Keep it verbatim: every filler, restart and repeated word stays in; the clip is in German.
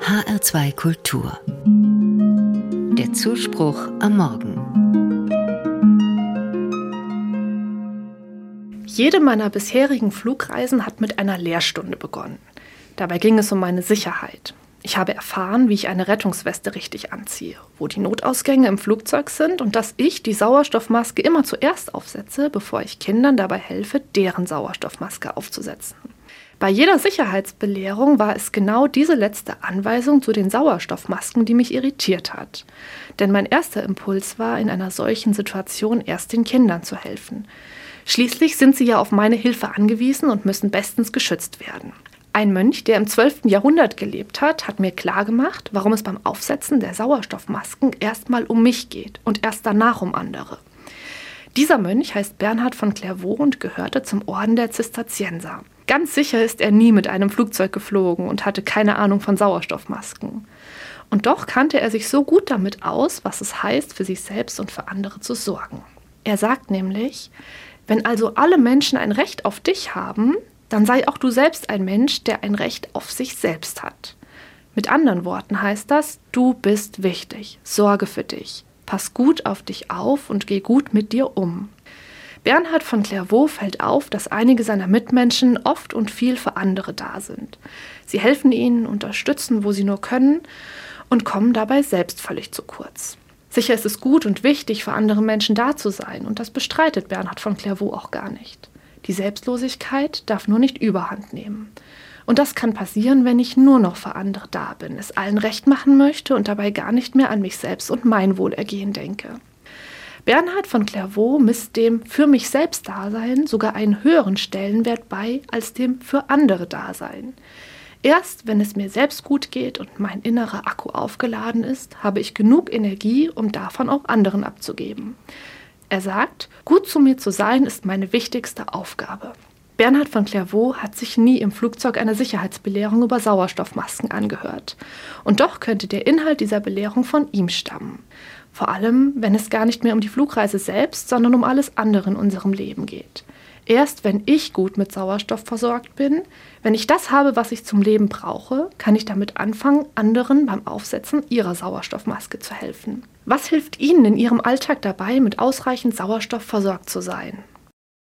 H R zwei Kultur. Der Zuspruch am Morgen. Jede meiner bisherigen Flugreisen hat mit einer Lehrstunde begonnen. Dabei ging es um meine Sicherheit. Ich habe erfahren, wie ich eine Rettungsweste richtig anziehe, wo die Notausgänge im Flugzeug sind und dass ich die Sauerstoffmaske immer zuerst aufsetze, bevor ich Kindern dabei helfe, deren Sauerstoffmaske aufzusetzen. Bei jeder Sicherheitsbelehrung war es genau diese letzte Anweisung zu den Sauerstoffmasken, die mich irritiert hat. Denn mein erster Impuls war, in einer solchen Situation erst den Kindern zu helfen. Schließlich sind sie ja auf meine Hilfe angewiesen und müssen bestens geschützt werden. Ein Mönch, der im zwölften Jahrhundert gelebt hat, hat mir klargemacht, warum es beim Aufsetzen der Sauerstoffmasken erstmal um mich geht und erst danach um andere. Dieser Mönch heißt Bernhard von Clairvaux und gehörte zum Orden der Zisterzienser. Ganz sicher ist er nie mit einem Flugzeug geflogen und hatte keine Ahnung von Sauerstoffmasken. Und doch kannte er sich so gut damit aus, was es heißt, für sich selbst und für andere zu sorgen. Er sagt nämlich, wenn also alle Menschen ein Recht auf dich haben, dann sei auch du selbst ein Mensch, der ein Recht auf sich selbst hat. Mit anderen Worten heißt das, du bist wichtig, sorge für dich, pass gut auf dich auf und geh gut mit dir um. Bernhard von Clairvaux fällt auf, dass einige seiner Mitmenschen oft und viel für andere da sind. Sie helfen ihnen, unterstützen, wo sie nur können und kommen dabei selbst völlig zu kurz. Sicher ist es gut und wichtig, für andere Menschen da zu sein und das bestreitet Bernhard von Clairvaux auch gar nicht. Die Selbstlosigkeit darf nur nicht überhand nehmen. Und das kann passieren, wenn ich nur noch für andere da bin, es allen recht machen möchte und dabei gar nicht mehr an mich selbst und mein Wohlergehen denke. Bernhard von Clairvaux misst dem für mich selbst Dasein sogar einen höheren Stellenwert bei als dem für andere Dasein. Erst wenn es mir selbst gut geht und mein innerer Akku aufgeladen ist, habe ich genug Energie, um davon auch anderen abzugeben. Er sagt, gut zu mir zu sein ist meine wichtigste Aufgabe. Bernhard von Clairvaux hat sich nie im Flugzeug einer Sicherheitsbelehrung über Sauerstoffmasken angehört. Und doch könnte der Inhalt dieser Belehrung von ihm stammen. Vor allem, wenn es gar nicht mehr um die Flugreise selbst, sondern um alles andere in unserem Leben geht. Erst wenn ich gut mit Sauerstoff versorgt bin, wenn ich das habe, was ich zum Leben brauche, kann ich damit anfangen, anderen beim Aufsetzen ihrer Sauerstoffmaske zu helfen. Was hilft Ihnen in Ihrem Alltag dabei, mit ausreichend Sauerstoff versorgt zu sein?